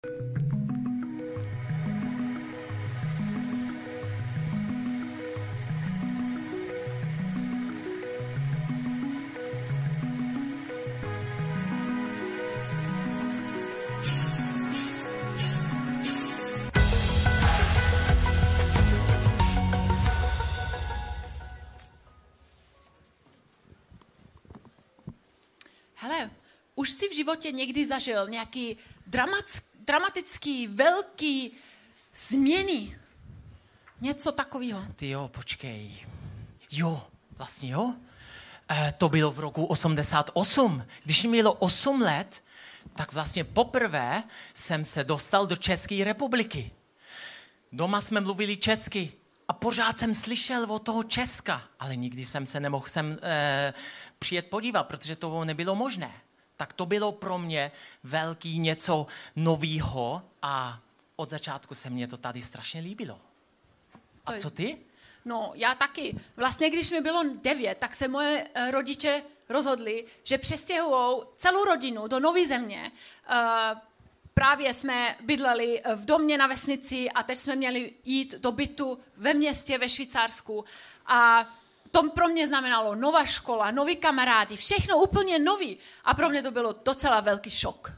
Hele, už jsi v životě někdy zažil nějaký dramatický, velký změny? Něco takového? Ty jo, počkej. Jo, vlastně jo. To bylo v roku 88. Když mi bylo 8 let, tak vlastně poprvé jsem se dostal do České republiky. Doma jsme mluvili česky a pořád jsem slyšel od toho Česka, ale nikdy jsem se nemohl přijet podívat, protože to nebylo možné. Tak to bylo pro mě velký něco novýho a od začátku se mně to tady strašně líbilo. A co ty? No, já taky. Vlastně, když mi bylo 9, tak se moje rodiče rozhodli, že přestěhují celou rodinu do nové země. Právě jsme bydleli v domě na vesnici a teď jsme měli jít do bytu ve městě ve Švýcarsku. A to pro mě znamenalo nová škola, noví kamarádi, všechno úplně nový. A pro mě to bylo docela velký šok.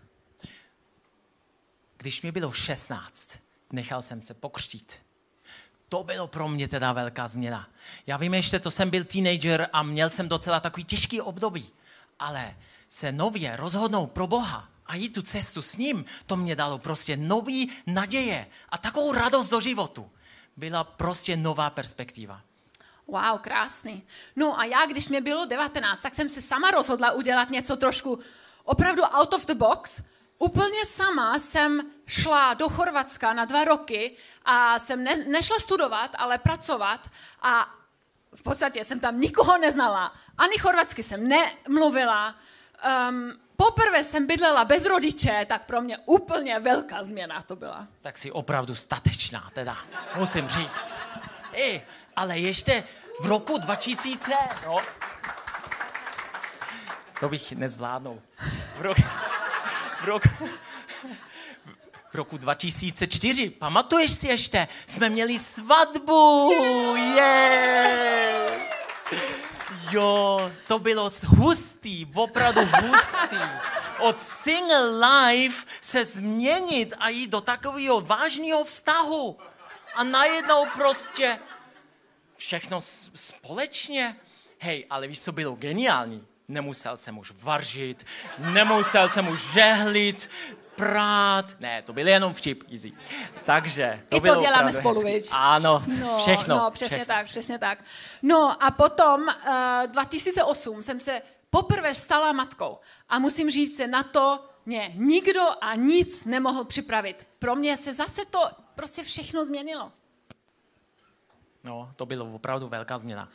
Když mi bylo 16, nechal jsem se pokřtít. To bylo pro mě teda velká změna. Já vím ještě, to jsem byl teenager a měl jsem docela takový těžký období. Ale se nově rozhodnout pro Boha a jít tu cestu s ním, to mě dalo prostě nový naděje a takovou radost do životu. Byla prostě nová perspektiva. Wow, krásný. No a já, když mě bylo 19, tak jsem se sama rozhodla udělat něco trošku opravdu out of the box. Úplně sama jsem šla do Chorvatska na 2 roky a jsem nešla studovat, ale pracovat a v podstatě jsem tam nikoho neznala. Ani chorvatsky jsem nemluvila. Poprvé jsem bydlela bez rodiče, tak pro mě úplně velká změna to byla. Tak jsi opravdu statečná, teda, musím říct. Ale ještě v roku 2000, no, to bych nezvládnul. V roku 2004, pamatuješ si ještě, jsme měli svatbu, Jo, to bylo hustý, opravdu hustý. Od single life se změnit a jít do takového vážného vztahu. A najednou prostě všechno společně. Hej, ale víš, co bylo geniální? Nemusel jsem už vařit, nemusel jsem už žehlit, prát. Ne, to byl jenom vtip, easy. Takže to bylo děláme spolu, viď? Ano, všechno. No, přesně tak. No a potom 2008 jsem se poprvé stala matkou. A musím říct, že na to mě nikdo a nic nemohl připravit. Pro mě se zase to prostě všechno změnilo. No, to bylo opravdu velká změna.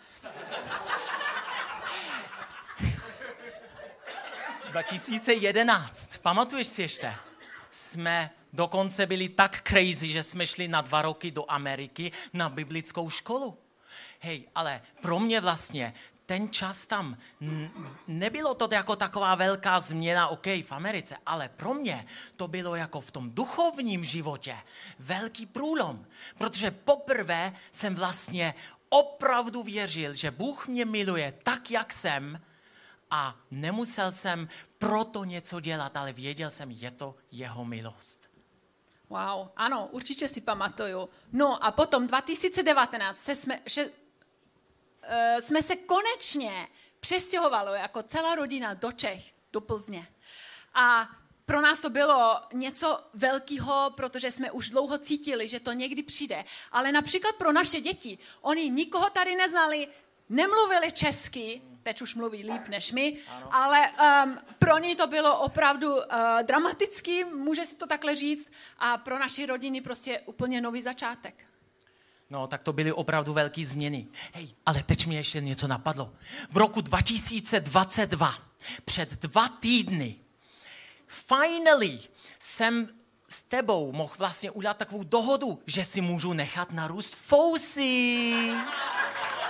2011, pamatuješ si ještě? Jsme dokonce byli tak crazy, že jsme šli na 2 roky do Ameriky na biblickou školu. Hej, ale pro mě vlastně ten čas tam nebylo to jako taková velká změna, v Americe, ale pro mě to bylo jako v tom duchovním životě velký průlom, protože poprvé jsem vlastně opravdu věřil, že Bůh mě miluje tak, jak jsem, a nemusel jsem proto něco dělat, ale věděl jsem, je to jeho milost. Wow, ano, určitě si pamatuju. No a potom 2019 jsme se konečně přestěhovali jako celá rodina do Čech, do Plzně. A pro nás to bylo něco velkého, protože jsme už dlouho cítili, že to někdy přijde. Ale například pro naše děti, oni nikoho tady neznali, nemluvili česky, teď už mluví líp než my, ano. Ale pro ně to bylo opravdu dramatický, může si to takhle říct, a pro naši rodiny prostě úplně nový začátek. No, tak to byly opravdu velké změny. Hej, ale teď mi ještě něco napadlo. V roku 2022, před 2 týdny, finally jsem s tebou mohl vlastně udělat takovou dohodu, že si můžu nechat narůst fousy.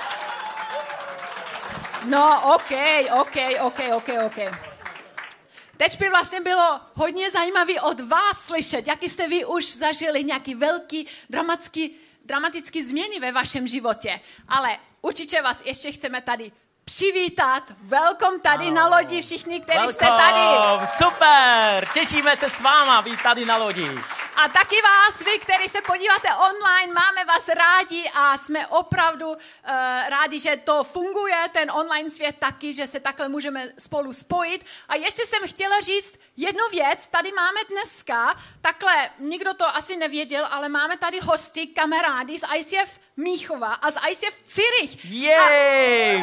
No, OK. teď by vlastně bylo hodně zajímavé od vás slyšet, jaký jste vy už zažili nějaký velký dramatický změny ve vašem životě. Ale určitě vás ještě chceme tady přivítat. Welcome tady na lodi všichni, kteří jste tady. Super, těšíme se s váma být tady na lodi. A taky vás, vy, kteří se podíváte online, máme vás rádi a jsme opravdu rádi, že to funguje, ten online svět taky, že se takhle můžeme spolu spojit. A ještě jsem chtěla říct jednu věc, tady máme dneska, takhle, nikdo to asi nevěděl, ale máme tady hosty, kamarády z ICF Míchova a z ICF Zürich. Yay!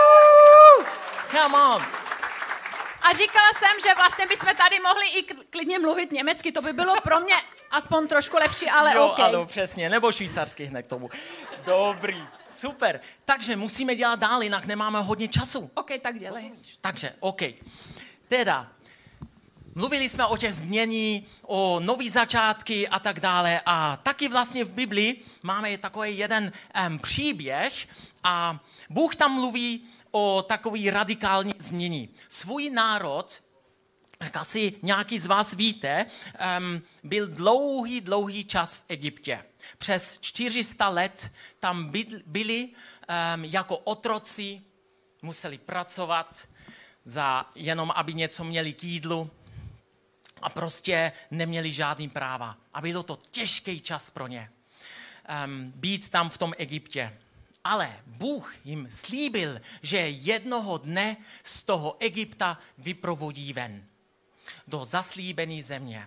Come on! A říkala jsem, že vlastně bychom tady mohli i klidně mluvit německy, to by bylo pro mě aspoň trošku lepší, ale jo, OK. Ano, přesně, nebo švýcarsky hned k tomu. Dobrý, super. Takže musíme dělat dál, jinak nemáme hodně času. OK, tak dělej. Takže, OK. Teda, mluvili jsme o těch změní, o nový začátky a tak dále a taky vlastně v Biblii máme takový jeden příběh a Bůh tam mluví o takový radikální změně. Svůj národ, jak asi nějaký z vás víte, byl dlouhý čas v Egyptě. Přes 400 let tam byli jako otroci, museli pracovat jenom aby něco měli k jídlu a prostě neměli žádný práva. A bylo to těžký čas pro ně být tam v tom Egyptě. Ale Bůh jim slíbil, že jednoho dne z toho Egypta vyprovodí ven do zaslíbené země.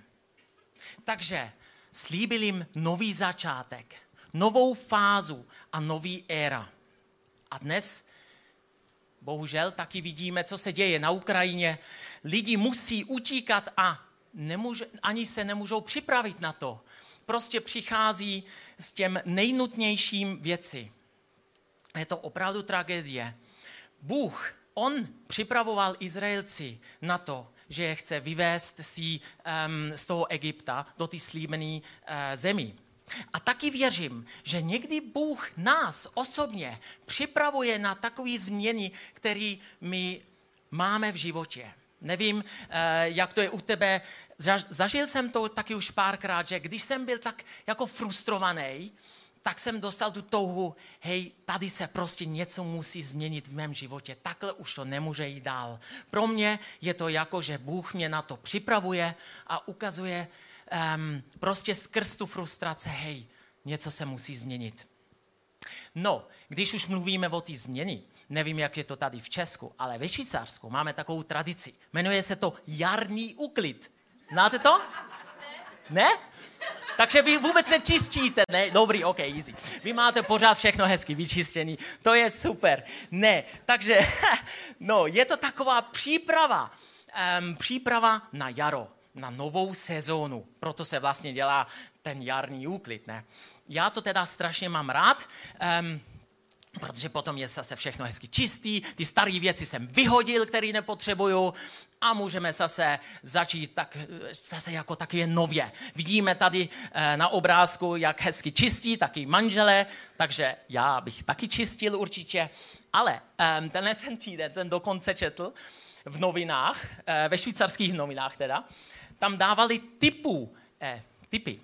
Takže slíbil jim nový začátek, novou fázu a nový éra. A dnes bohužel taky vidíme, co se děje na Ukrajině. Lidi musí utíkat a ani se nemůžou připravit na to. Prostě přichází s těm nejnutnějším věci. Je to opravdu tragédie. Bůh, on připravoval Izraelci na to, že je chce vyvést z toho Egypta do té slíbené zemi. A taky věřím, že někdy Bůh nás osobně připravuje na takové změny, které my máme v životě. Nevím, jak to je u tebe. Zažil jsem to taky už párkrát, že když jsem byl tak jako frustrovaný, tak jsem dostal tu touhu, hej, tady se prostě něco musí změnit v mém životě, takhle už to nemůže jít dál. Pro mě je to jako, že Bůh mě na to připravuje a ukazuje prostě skrz tu frustrace, hej, něco se musí změnit. No, když už mluvíme o té změně, nevím, jak je to tady v Česku, ale ve Švýcarsku máme takovou tradici. Jmenuje se to jarní úklid. Znáte to? Ne? Takže vy vůbec nečistíte, ne? Dobrý, OK, easy. Vy máte pořád všechno hezky vyčištěný, to je super. Ne, takže, no, je to taková příprava na jaro, na novou sezónu. Proto se vlastně dělá ten jarní úklid, ne? Já to teda strašně mám rád, protože potom je zase všechno hezky čistý, ty staré věci jsem vyhodil, které nepotřebuju a můžeme zase začít zase jako takové nově. Vidíme tady na obrázku, jak hezky čistí, taky manželé, takže já bych taky čistil určitě, ale tenhle týden jsem dokonce četl v novinách, ve švýcarských novinách teda, tam dávali tipy.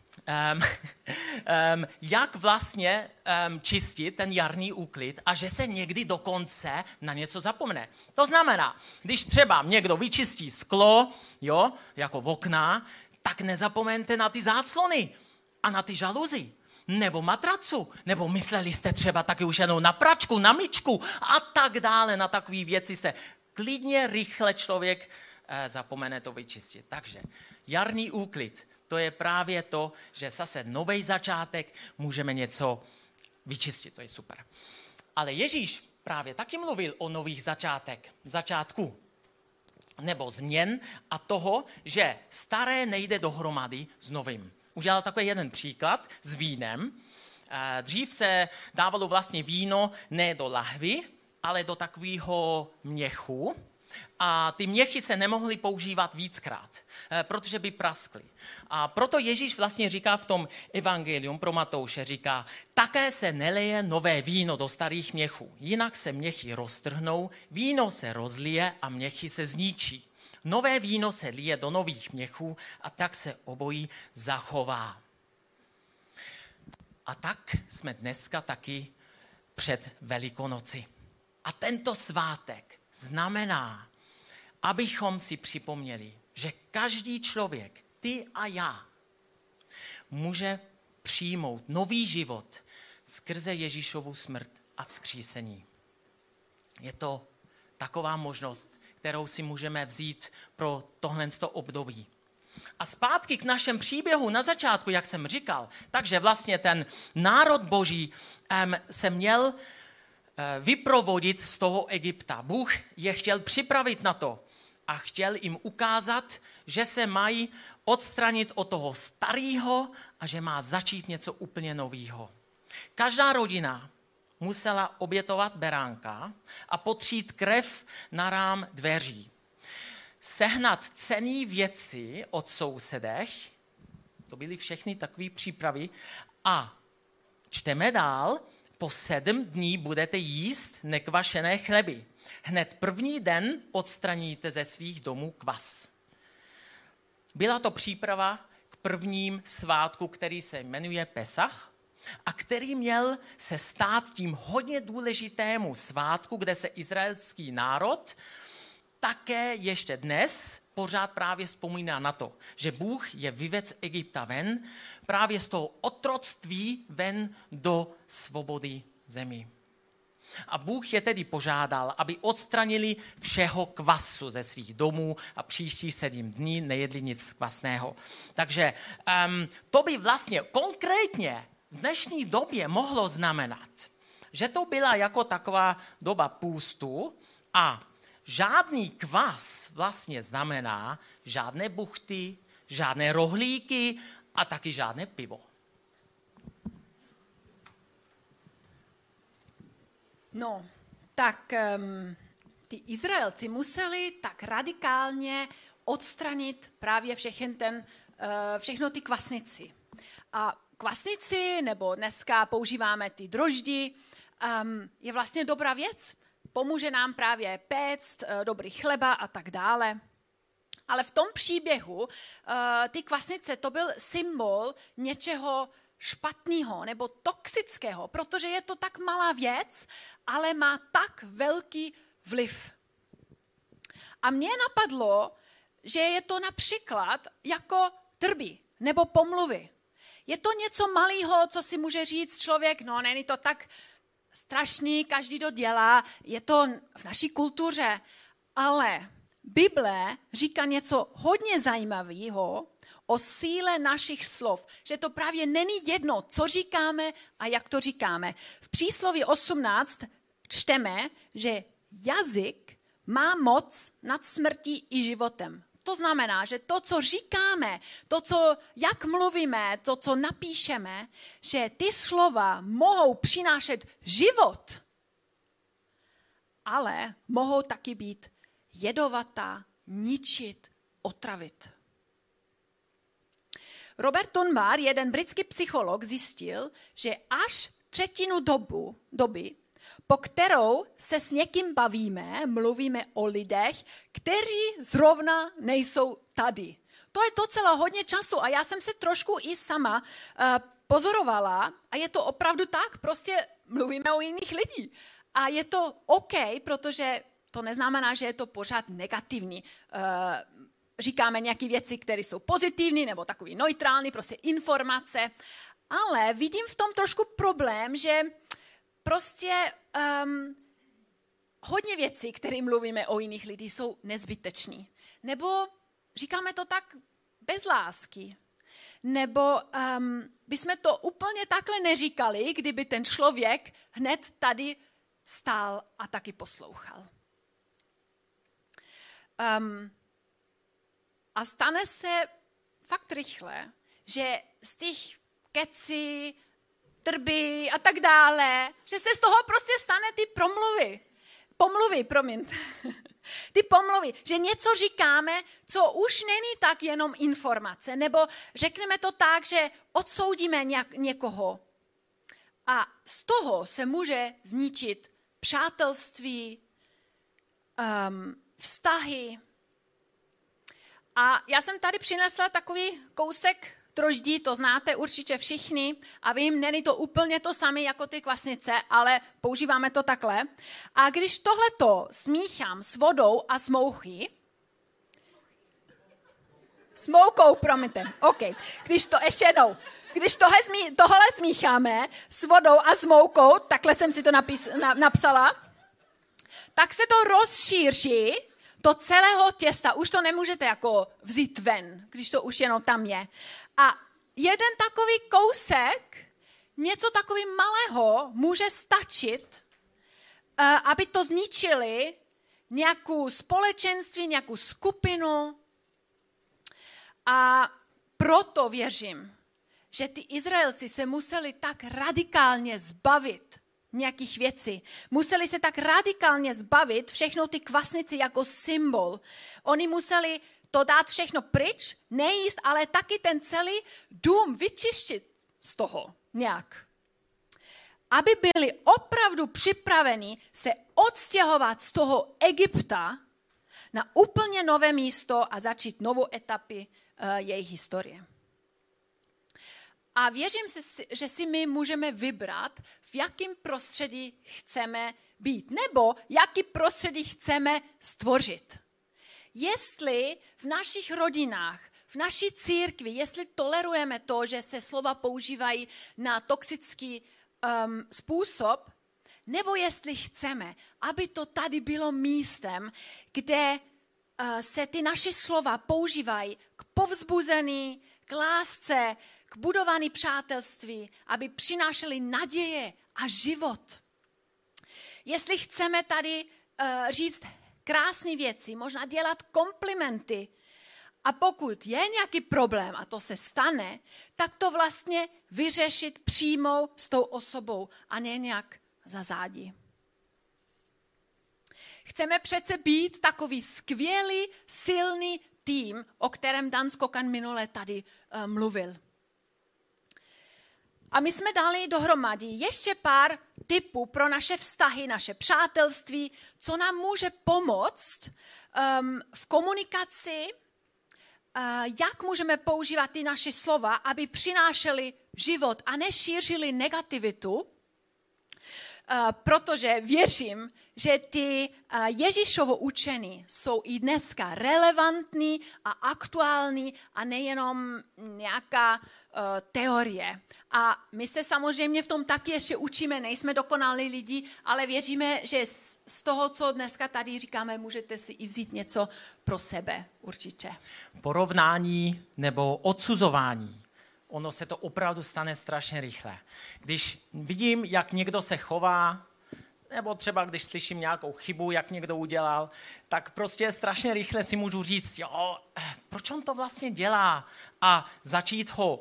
Jak vlastně čistit ten jarní úklid a že se někdy dokonce na něco zapomene. To znamená, když třeba někdo vyčistí sklo, jo, jako v okna, tak nezapomeňte na ty záclony a na ty žaluzy, nebo matracu, nebo mysleli jste třeba taky už jenom na pračku, na myčku a tak dále, na takové věci se klidně, rychle člověk zapomene to vyčistit. Takže jarní úklid, to je právě to, že zase nový začátek můžeme něco vyčistit, to je super. Ale Ježíš právě taky mluvil o nových začátku nebo změn a toho, že staré nejde dohromady s novým. Udělal takový jeden příklad s vínem. Dřív se dávalo vlastně víno ne do lahvy, ale do takového měchu. A ty měchy se nemohly používat víckrát, protože by praskly. A proto Ježíš vlastně říká v tom evangelium pro Matouše, říká, také se neleje nové víno do starých měchů, jinak se měchy roztrhnou, víno se rozlije a měchy se zničí. nové víno se lije do nových měchů a tak se obojí zachová. A tak jsme dneska taky před Velikonoci. A tento svátek znamená, abychom si připomněli, že každý člověk, ty a já, může přijmout nový život skrze Ježíšovu smrt a vzkřísení. Je to taková možnost, kterou si můžeme vzít pro tohle období. A zpátky k našem příběhu na začátku, jak jsem říkal, takže vlastně ten národ boží se měl vyprovodit z toho Egypta. Bůh je chtěl připravit na to a chtěl jim ukázat, že se mají odstranit od toho starého a že má začít něco úplně nového. Každá rodina musela obětovat beránka a potřít krev na rám dveří. Sehnat cenné věci od sousedech, to byly všechny takové přípravy, a čteme dál, po 7 dní budete jíst nekvašené chleby. Hned první den odstraníte ze svých domů kvas. Byla to příprava k prvním svátku, který se jmenuje Pesach a který měl se stát tím hodně důležitému svátku, kde se izraelský národ také ještě dnes pořád právě vzpomíná na to, že Bůh je vyvedl z Egypta ven, právě z toho otroctví ven do svobody zemi. A Bůh je tedy požádal, aby odstranili všeho kvasu ze svých domů a příští 7 dní nejedli nic kvasného. Takže to by vlastně konkrétně v dnešní době mohlo znamenat, že to byla jako taková doba půstu a žádný kvas vlastně znamená žádné buchty, žádné rohlíky a taky žádné pivo. No, tak ty Izraelci museli tak radikálně odstranit právě všechno ty kvasnici. A kvasnici, nebo dneska používáme ty droždy, je vlastně dobrá věc. Pomůže nám právě péct dobrý chleba a tak dále. Ale v tom příběhu ty kvasnice to byl symbol něčeho špatného nebo toxického, protože je to tak malá věc, ale má tak velký vliv. A mě napadlo, že je to například jako trby nebo pomluvy. Je to něco malého, co si může říct člověk, no není to tak strašný, každý to dělá, je to v naší kultuře, ale Bible říká něco hodně zajímavého o síle našich slov, že to právě není jedno, co říkáme a jak to říkáme. V přísloví 18 čteme, že jazyk má moc nad smrtí i životem. To znamená, že to, co říkáme, jak mluvíme, to, co napíšeme, že ty slova mohou přinášet život, ale mohou taky být jedovatá, ničit, otravit. Robert Dunbar, jeden britský psycholog, zjistil, že až 1/3 doby, po kterou se s někým bavíme, mluvíme o lidech, kteří zrovna nejsou tady. To je docela hodně času a já jsem se trošku i sama pozorovala a je to opravdu tak, prostě mluvíme o jiných lidí. A je to OK, protože to neznamená, že je to pořád negativní. Říkáme nějaké věci, které jsou pozitivní nebo takový neutrální, prostě informace. Ale vidím v tom trošku problém, že prostě hodně věcí, které mluvíme o jiných lidí, jsou nezbytečný. Nebo říkáme to tak bez lásky. Nebo bychom to úplně takhle neříkali, kdyby ten člověk hned tady stál a taky poslouchal. A stane se fakt rychle, že z těch kecí, trby a tak dále, že se z toho prostě stane ty ty pomluvy, že něco říkáme, co už není tak jenom informace, nebo řekneme to tak, že odsoudíme někoho. A z toho se může zničit přátelství, vztahy. A já jsem tady přinesla takový kousek droždí, to znáte určitě všichni a vím, není to úplně to samé jako ty kvasnice, ale používáme to takhle. A když tohleto smíchám s vodou a s moukou, promiňte, OK. Když tohle smícháme s vodou a s moukou, takhle jsem si to napsala, tak se to rozšíří do celého těsta. Už to nemůžete jako vzít ven, když to už jenom tam je. A jeden takový kousek, něco takový malého, může stačit, aby to zničili nějakou společenství, nějakou skupinu. A proto věřím, že ty Izraelci se museli tak radikálně zbavit nějakých věcí. Museli se tak radikálně zbavit všechno ty kvasnici jako symbol. Oni museli to dát všechno pryč, nejíst, ale taky ten celý dům vyčistit z toho nějak. Aby byli opravdu připraveni se odstěhovat z toho Egypta na úplně nové místo a začít novou etapy jejich historie. A věřím, že si my můžeme vybrat, v jakém prostředí chceme být, nebo jaký prostředí chceme stvořit. Jestli v našich rodinách, v naší církvi, jestli tolerujeme to, že se slova používají na toxický způsob, nebo jestli chceme, aby to tady bylo místem, kde se ty naše slova používají k povzbuzení, k lásce, k budování přátelství, aby přinášely naděje a život. Jestli chceme tady říct krásné věci, možná dělat komplimenty, a pokud je nějaký problém, a to se stane, tak to vlastně vyřešit přímo s tou osobou a ne nějak za zádi. Chceme přece být takový skvělý, silný tým, o kterém Dan Skokan minule tady mluvil. A my jsme dali dohromady ještě pár tipů pro naše vztahy, naše přátelství, co nám může pomoct v komunikaci, jak můžeme používat ty naše slova, aby přinášeli život a nešířili negativitu, protože věřím, že ty Ježíšovo učení jsou i dneska relevantní a aktuální a nejenom nějaká teorie. A my se samozřejmě v tom taky ještě učíme, nejsme dokonalí lidi, ale věříme, že z toho, co dneska tady říkáme, můžete si i vzít něco pro sebe určitě. Porovnání nebo odsuzování. Ono se to opravdu stane strašně rychle. Když vidím, jak někdo se chová, nebo třeba když slyším nějakou chybu, jak někdo udělal, tak prostě strašně rychle si můžu říct, jo, proč on to vlastně dělá? A začít ho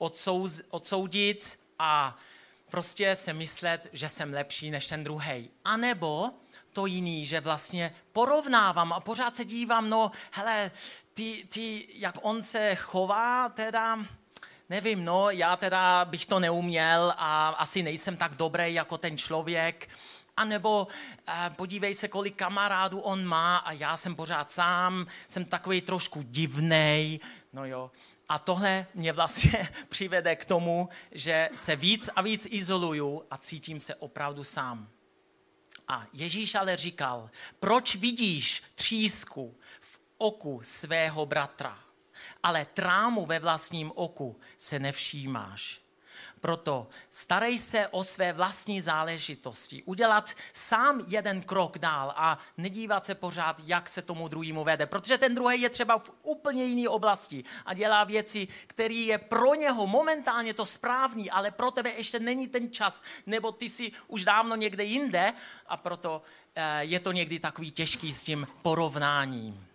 odsoudit a prostě se myslet, že jsem lepší než ten druhej. A nebo to jiný, že vlastně porovnávám a pořád se dívám, no hele, ty jak on se chová, teda nevím, no já teda bych to neuměl a asi nejsem tak dobrý jako ten člověk. A nebo podívej se, kolik kamarádů on má a já jsem pořád sám, jsem takový trošku divnej, no jo. A tohle mě vlastně přivede k tomu, že se víc a víc izoluju a cítím se opravdu sám. A Ježíš ale říkal, proč vidíš třísku v oku svého bratra, ale trámu ve vlastním oku se nevšímáš. Proto starej se o své vlastní záležitosti, udělat sám jeden krok dál a nedívat se pořád, jak se tomu druhému vede. Protože ten druhý je třeba v úplně jiné oblasti a dělá věci, které je pro něho momentálně to správný, ale pro tebe ještě není ten čas, nebo ty jsi už dávno někde jinde a proto je to někdy takový těžký s tím porovnáním.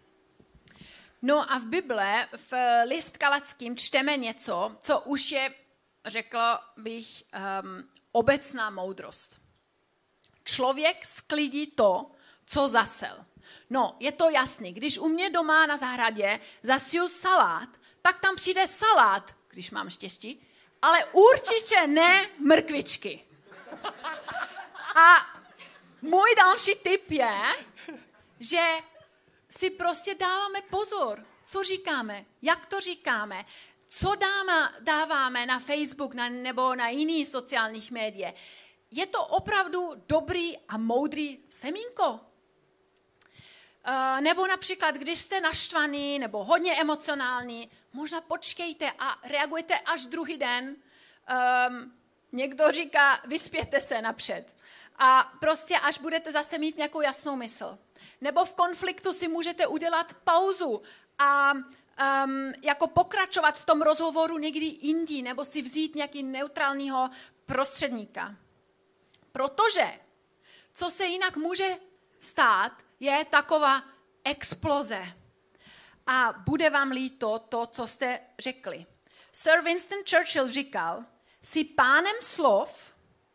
No a v Bible, v list Galackým čteme něco, co už je, řekla bych, obecná moudrost. Člověk sklidí to, co zasel. No, je to jasný. Když u mě doma na zahradě zasiju salát, tak tam přijde salát, když mám štěstí, ale určitě ne mrkvičky. A můj další tip je, že si prostě dáváme pozor, co říkáme, jak to říkáme, co dáváme na Facebook nebo na jiný sociálních médiích. Je to opravdu dobrý a moudrý semínko? Nebo například, když jste naštvaný nebo hodně emocionální, možná počkejte a reagujte až druhý den. Někdo říká, vyspěte se napřed. A prostě až budete zase mít nějakou jasnou mysl. Nebo v konfliktu si můžete udělat pauzu a jako pokračovat v tom rozhovoru někdy jindy, nebo si vzít nějaký neutrálního prostředníka. Protože co se jinak může stát, je taková exploze. A bude vám líto to, co jste řekli. Sir Winston Churchill říkal, jsi pánem slov,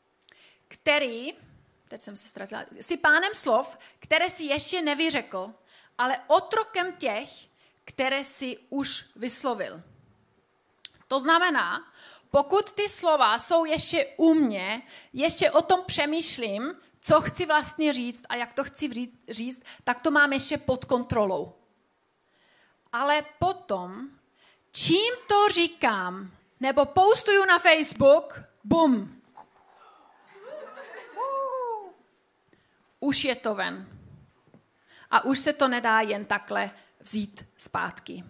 které si ještě nevyřekl, ale otrokem těch, které si už vyslovil. To znamená, pokud ty slova jsou ještě u mě, ještě o tom přemýšlím, co chci vlastně říct a jak to chci říct, tak to mám ještě pod kontrolou. Ale potom, čím to říkám, nebo postuju na Facebook, bum. Už je to ven. A už se to nedá jen takhle vzít zpátky.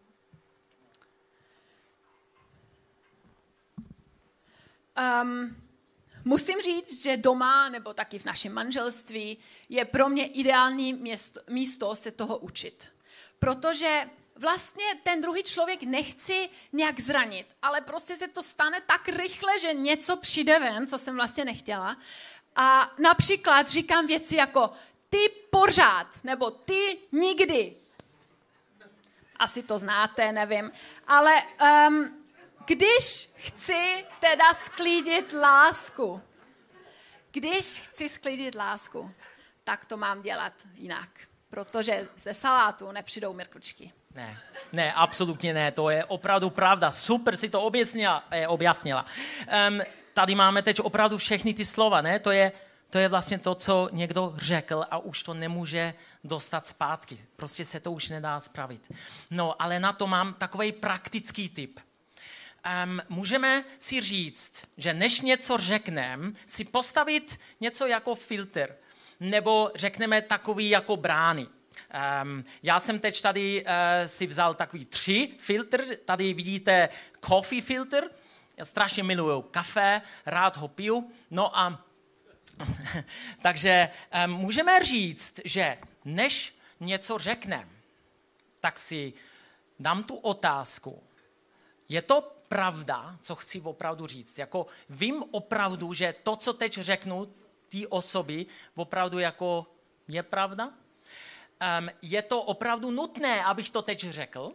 Musím říct, že doma nebo taky v našem manželství je pro mě ideální místo se toho učit. Protože vlastně ten druhý člověk nechci nějak zranit, ale prostě se to stane tak rychle, že něco přijde ven, co jsem vlastně nechtěla. A například říkám věci jako ty pořád, nebo ty nikdy. Asi to znáte, nevím. Ale když chci teda sklidit lásku, tak to mám dělat jinak. Protože ze salátu nepřijdou mrkvičky. Ne, absolutně ne, to je opravdu pravda. Super si to objasnila. Tady máme teď opravdu všechny ty slova, ne? To je vlastně to, co někdo řekl a už to nemůže dostat zpátky. Prostě se to už nedá spravit. No, ale na to mám takový praktický tip. Můžeme si říct, že než něco řekneme, si postavit něco jako filtr, nebo řekneme takový jako brány. Já jsem teď tady si vzal takový 3 filtr. Tady vidíte coffee filtr. Já strašně miluju kafe, rád ho piju. No a takže můžeme říct, že než něco řekneme, tak si dám tu otázku. Je to pravda, co chci opravdu říct? Jako vím opravdu, že to, co teď řeknu té osoby, opravdu jako je pravda? Je to opravdu nutné, abych to teď řekl?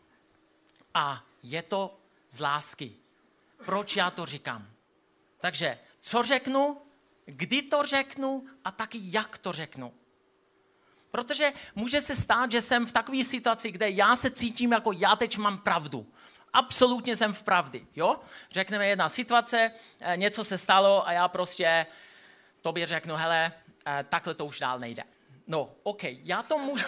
A je to z lásky. Proč já to říkám? Takže co řeknu, kdy to řeknu a taky jak to řeknu. Protože může se stát, že jsem v takové situaci, kde já se cítím jako já teď mám pravdu. Absolutně jsem v pravdě. Jo? Řekneme jedna situace, něco se stalo a já prostě tobě řeknu, hele, takhle to už dál nejde. No, OK, já to můžu...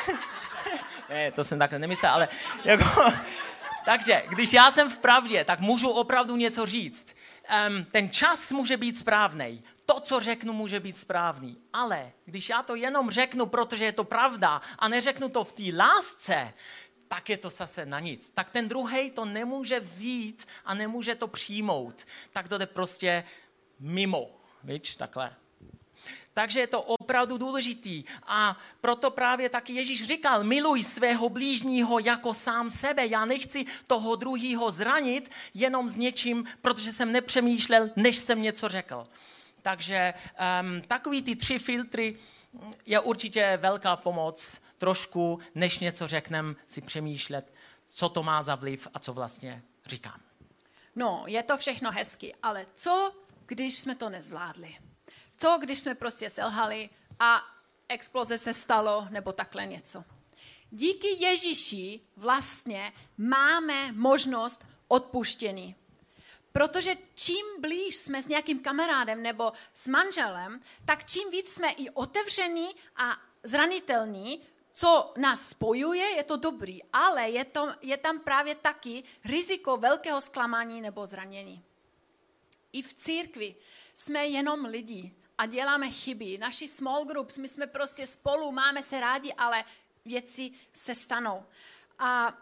Ne, to jsem takhle nemyslel, ale jako... Takže, když já jsem v pravdě, tak můžu opravdu něco říct. Ten čas může být správnej. To, co řeknu, může být správný. Ale když já to jenom řeknu, protože je to pravda, a neřeknu to v té lásce, tak je to zase na nic. Tak ten druhej to nemůže vzít a nemůže to přijmout. Tak to jde prostě mimo. Víš, takhle. Takže je to opravdu důležitý. A proto právě taky Ježíš říkal, miluj svého blížního jako sám sebe. Já nechci toho druhýho zranit jenom s něčím, protože jsem nepřemýšlel, než jsem něco řekl. Takže takový ty 3 filtry je určitě velká pomoc trošku, než něco řeknem, si přemýšlet, co to má za vliv a co vlastně říkám. No, je to všechno hezky, ale co, když jsme to nezvládli? Co, když jsme prostě selhali a exploze se stalo, nebo takhle něco? Díky Ježíši vlastně máme možnost odpuštění. Protože čím blíž jsme s nějakým kamarádem nebo s manželem, tak čím víc jsme i otevření a zranitelní, co nás spojuje, je to dobrý, ale je tam právě taky riziko velkého zklamání nebo zranění. I v církvi jsme jenom lidi a děláme chyby. Naši small groups, my jsme prostě spolu, máme se rádi, ale věci se stanou. A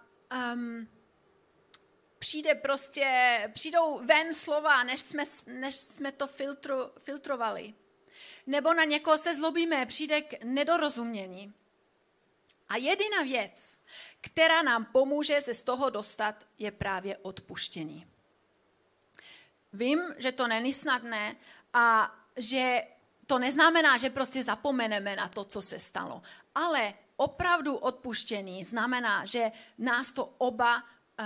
přijdou ven slova, než jsme to filtrovali. Nebo na někoho se zlobíme, přijde k nedorozumění. A jediná věc, která nám pomůže se z toho dostat, je právě odpuštění. Vím, že to není snadné a že to neznamená, že prostě zapomeneme na to, co se stalo. Ale opravdu odpuštění znamená, že nás to oba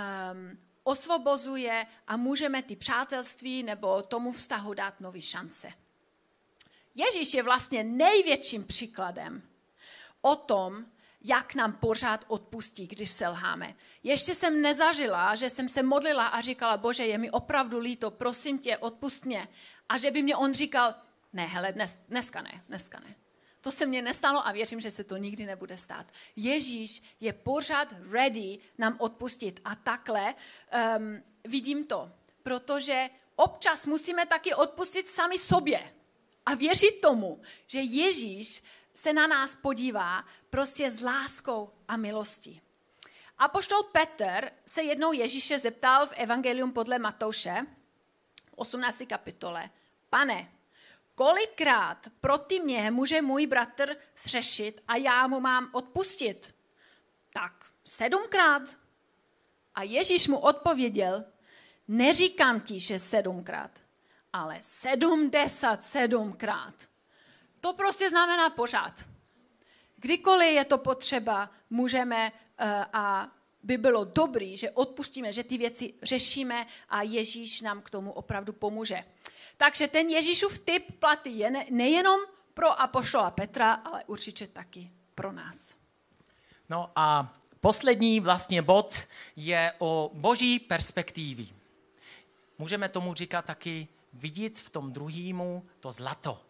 osvobozuje a můžeme ty přátelství nebo tomu vztahu dát nový šance. Ježíš je vlastně největším příkladem o tom, jak nám pořád odpustí, když selháme. Ještě jsem nezažila, že jsem se modlila a říkala, Bože, je mi opravdu líto, prosím tě, odpust mě. A že by mě on říkal, ne, hele, dneska ne. To se mně nestalo a věřím, že se to nikdy nebude stát. Ježíš je pořád ready nám odpustit. A takhle vidím to, protože občas musíme taky odpustit sami sobě a věřit tomu, že Ježíš se na nás podívá prostě s láskou a milostí. Apoštol Petr se jednou Ježíše zeptal v Evangelium podle Matouše, 18. kapitole, Pane, kolikrát proti mně může můj bratr zřešit a já mu mám odpustit? Tak 7krát. A Ježíš mu odpověděl, neříkám ti, že 7krát, ale 77krát. To prostě znamená pořád. Kdykoliv je to potřeba, můžeme a by bylo dobrý, že odpustíme, že ty věci řešíme a Ježíš nám k tomu opravdu pomůže. Takže ten Ježíšův tip platí nejenom pro apoštola Petra, ale určitě taky pro nás. No a poslední vlastně bod je o boží perspektivě. Můžeme tomu říkat taky vidět v tom druhému to zlato.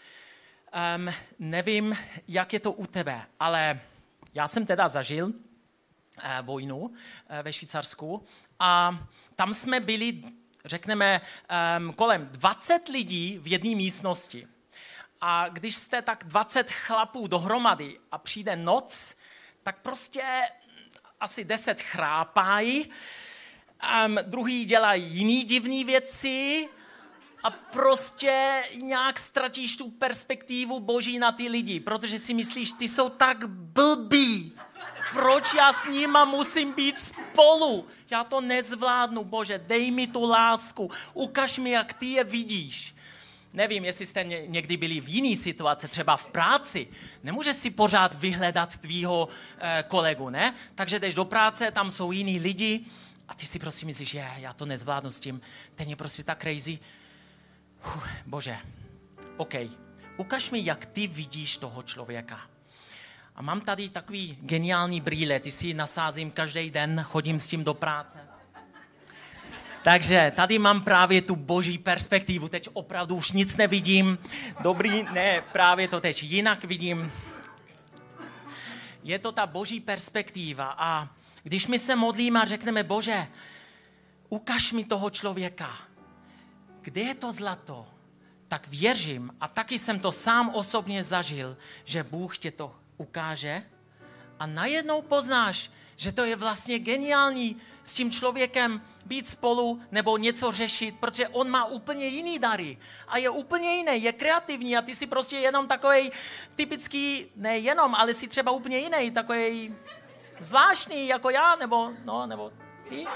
Nevím, jak je to u tebe, ale já jsem teda zažil vojnu ve Švýcarsku a tam jsme byli, řekneme, kolem 20 lidí v jedné místnosti. A když jste tak 20 chlapů dohromady a přijde noc, tak prostě asi 10 chrápají, druhý dělají jiný divný věci a prostě nějak ztratíš tu perspektivu boží na ty lidi, protože si myslíš, ty jsou tak blbí. Proč já s nima musím být spolu? Já to nezvládnu, Bože, dej mi tu lásku, ukaž mi, jak ty je vidíš. Nevím, jestli jste někdy byli v jiný situaci, třeba v práci. Nemůžeš si pořád vyhledat tvýho kolegu, ne? Takže jdeš do práce, tam jsou jiní lidi a ty si prostě myslíš, já to nezvládnu s tím, ten je prostě tak crazy. Bože, OK, ukaž mi, jak ty vidíš toho člověka. A mám tady takový geniální brýle, ty si nasázím každý den, chodím s tím do práce. Takže tady mám právě tu boží perspektivu, teď opravdu už nic nevidím. Dobrý, ne, právě to teď jinak vidím. Je to ta boží perspektiva a když my se modlíme a řekneme, Bože, ukaž mi toho člověka, kde je to zlato, tak věřím a taky jsem to sám osobně zažil, že Bůh tě to ukáže a najednou poznáš, že to je vlastně geniální s tím člověkem být spolu nebo něco řešit, protože on má úplně jiný dary a je úplně jiný, je kreativní a ty si prostě jenom takovej typický, nejenom, ale si třeba úplně jiný, takovej zvláštní jako já, nebo ty.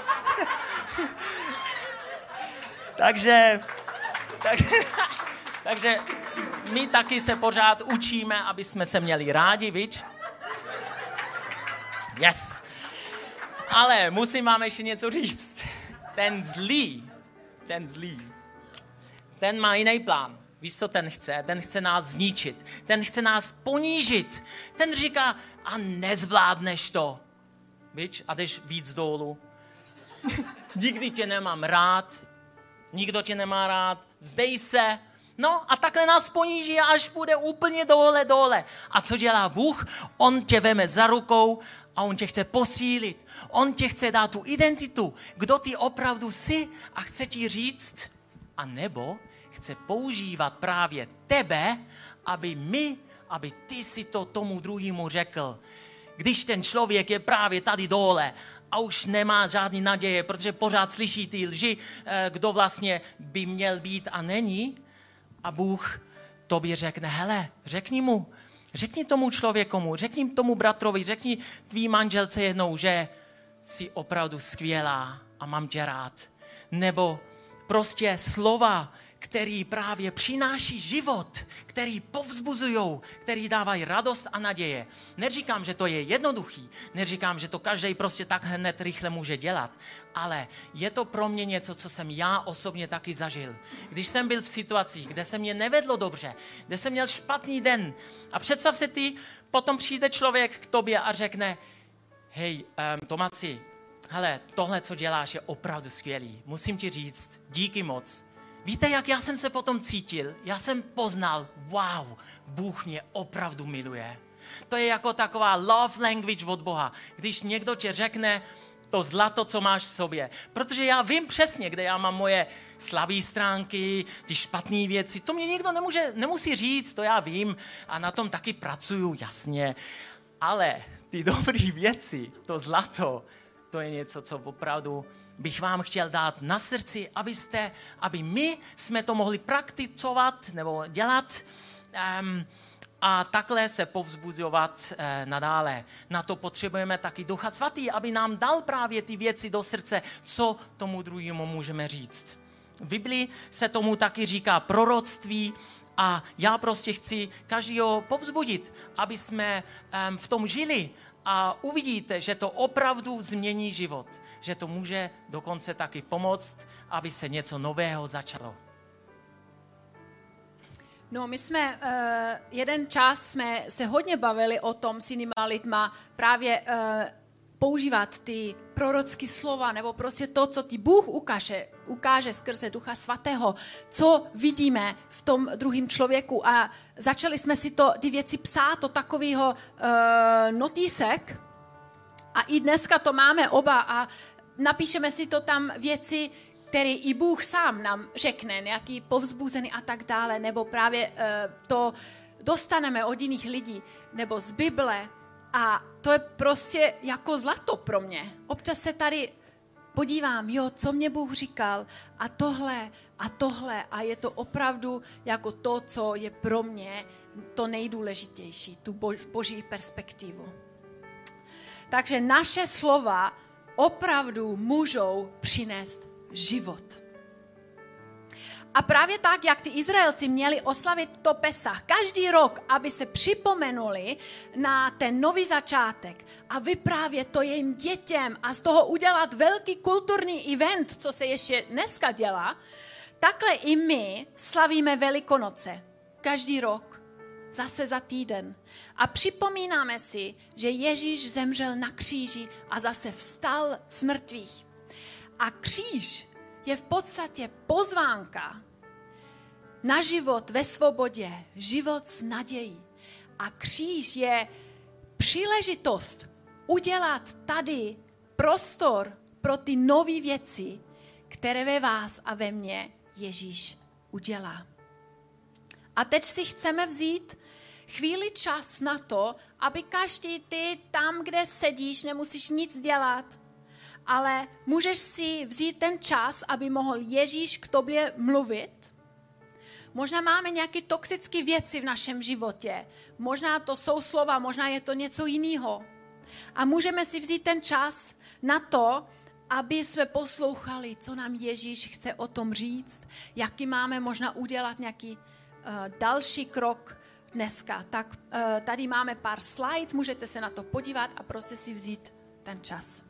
Takže my taky se pořád učíme, aby jsme se měli rádi, viď? Yes. Ale musím vám ještě něco říct. Ten zlý, ten má jiný plán. Víš, co ten chce? Ten chce nás zničit. Ten chce nás ponížit. Ten říká, a nezvládneš to. Víš, a jdeš víc dolů. Nikdy tě nemám rád. Nikdo tě nemá rád. Vzdej se. No a takhle nás poníží, až bude úplně dole. A co dělá Bůh? On tě veme za rukou a on tě chce posílit. On tě chce dát tu identitu, kdo ty opravdu jsi a chce ti říct, a nebo chce používat právě tebe, aby ty si to tomu druhému řekl. Když ten člověk je právě tady dole a už nemá žádný naděje, protože pořád slyší ty lži, kdo vlastně by měl být a není, a Bůh tobě řekne, hele, řekni tomu člověkomu, řekni tomu bratrovi, řekni tvý manželce jednou, že jsi opravdu skvělá a mám tě rád. Nebo prostě slova, který právě přináší život, který povzbuzujou, který dávají radost a naděje. Neříkám, že to je jednoduchý, neříkám, že to každý prostě tak hned rychle může dělat, ale je to pro mě něco, co jsem já osobně taky zažil. Když jsem byl v situacích, kde se mě nevedlo dobře, kde jsem měl špatný den a představ se ty, potom přijde člověk k tobě a řekne, hej, Tomasi, hele, tohle, co děláš, je opravdu skvělý. Musím ti říct, díky moc. Víte, jak já jsem se potom cítil? Já jsem poznal, wow, Bůh mě opravdu miluje. To je jako taková love language od Boha. Když někdo ti řekne to zlato, co máš v sobě. Protože já vím přesně, kde já mám moje slabé stránky, ty špatné věci. To mě nikdo nemusí říct, to já vím. A na tom taky pracuju, jasně. Ale ty dobré věci, to zlato, to je něco, co opravdu bych vám chtěl dát na srdci, aby my jsme to mohli praktikovat nebo dělat a takhle se povzbuzovat nadále. Na to potřebujeme taky Ducha Svatý, aby nám dal právě ty věci do srdce, co tomu druhému můžeme říct. V Biblii se tomu taky říká proroctví a já prostě chci každého povzbudit, aby jsme v tom žili a uvidíte, že to opravdu změní život. Že to může dokonce taky pomoct, aby se něco nového začalo. No, my jsme jeden čas jsme se hodně bavili o tom s jinýma lidma právě používat ty prorocké slova, nebo prostě to, co ti Bůh ukáže skrze Ducha Svatého, co vidíme v tom druhém člověku. A začali jsme si ty věci psát do takového notísek a i dneska to máme oba a napíšeme si to tam věci, které i Bůh sám nám řekne, nějaký povzbuzený a tak dále, nebo právě to dostaneme od jiných lidí, nebo z Bible. A to je prostě jako zlato pro mě. Občas se tady podívám, co mě Bůh říkal a tohle a je to opravdu jako to, co je pro mě to nejdůležitější, tu boží perspektivu. Takže naše slova opravdu můžou přinést život. A právě tak, jak ty Izraelci měli oslavit to Pesach každý rok, aby se připomenuli na ten nový začátek a vyprávět to jejím dětem a z toho udělat velký kulturní event, co se ještě dneska dělá, takhle i my slavíme Velikonoce každý rok, zase za týden. A připomínáme si, že Ježíš zemřel na kříži a zase vstal z mrtvých. A kříž je v podstatě pozvánka na život ve svobodě, život s nadějí. A kříž je příležitost udělat tady prostor pro ty nové věci, které ve vás a ve mně Ježíš udělá. A teď si chceme vzít chvíli čas na to, aby každý ty tam, kde sedíš, nemusíš nic dělat, ale můžeš si vzít ten čas, aby mohl Ježíš k tobě mluvit. Možná máme nějaké toxické věci v našem životě. Možná to jsou slova, možná je to něco jiného. A můžeme si vzít ten čas na to, aby jsme poslouchali, co nám Ježíš chce o tom říct, jaký máme možná udělat nějaký další krok dneska. Tak tady máme pár slides, můžete se na to podívat a prostě si vzít ten čas.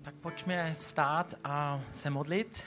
Tak pojďme vstát a se modlit.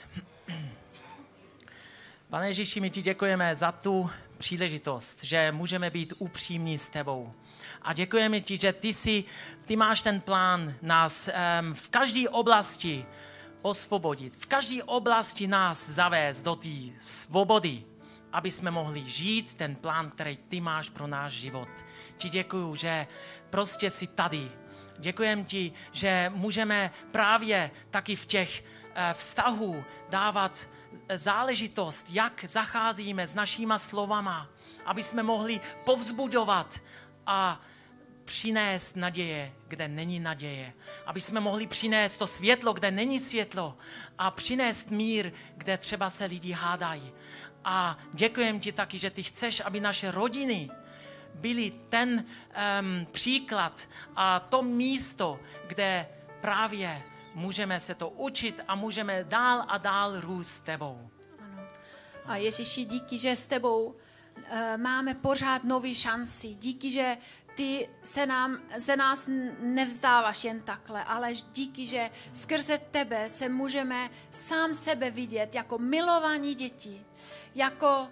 Pane Ježíši, my ti děkujeme za tu příležitost, že můžeme být upřímní s tebou. A děkujeme ti, že ty máš ten plán nás v každé oblasti osvobodit, v každé oblasti nás zavést do té svobody, aby jsme mohli žít ten plán, který ty máš pro náš život. Ti děkuju, že prostě jsi tady. Děkujem ti, že můžeme právě taky v těch vztahů dávat záležitost, jak zacházíme s našima slovama, aby jsme mohli povzbudovat a přinést naděje, kde není naděje. Aby jsme mohli přinést to světlo, kde není světlo. A přinést mír, kde třeba se lidi hádají. A děkujem ti taky, že ty chceš, aby naše rodiny byly ten příklad a to místo, kde právě můžeme se to učit a můžeme dál a dál růst s tebou. Ano. A Ježíši, díky, že s tebou máme pořád nový šanci. Díky, že ty se nás nevzdáváš jen takhle, ale díky, že skrze tebe se můžeme sám sebe vidět jako milovaní děti, jako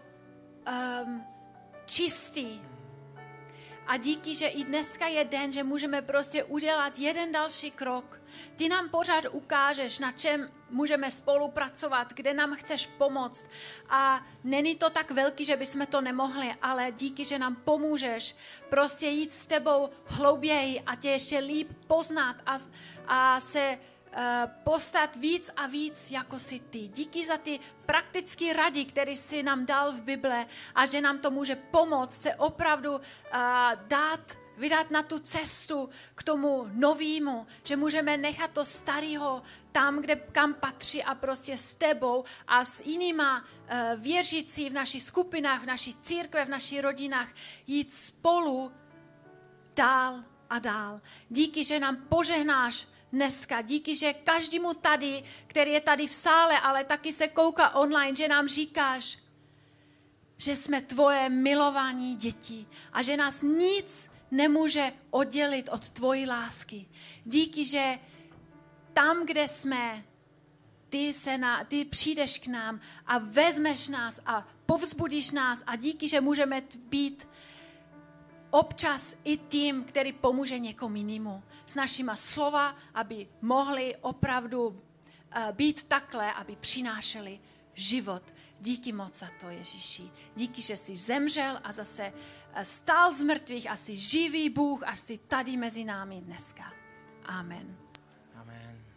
čistý. A díky, že i dneska je den, že můžeme prostě udělat jeden další krok. Ty nám pořád ukážeš, na čem můžeme spolupracovat, kde nám chceš pomoct. A není to tak velký, že bychom to nemohli, ale díky, že nám pomůžeš prostě jít s tebou hlouběji a tě ještě líp poznat a se postat víc a víc jako jsi ty. Díky za ty praktické rady, které jsi nám dal v Bible a že nám to může pomoct se opravdu vydat na tu cestu k tomu novému, že můžeme nechat to starého tam, kam patří a prostě s tebou a s jinýma věřící v našich skupinách, v naší církve, v našich rodinách jít spolu dál a dál. Díky, že nám požehnáš dneska. Díky, že každému tady, který je tady v sále, ale taky se kouká online, že nám říkáš, že jsme tvoje milovaní děti a že nás nic nemůže oddělit od tvojí lásky. Díky, že tam, kde jsme, ty přijdeš k nám a vezmeš nás a povzbudíš nás a díky, že můžeme být občas i tím, který pomůže někomu jinému. S našima slova, aby mohli opravdu být takhle, aby přinášeli život. Díky moc za to, Ježíši. Díky, že jsi zemřel a zase stál z mrtvých a jsi živý Bůh a jsi tady mezi námi dneska. Amen. Amen.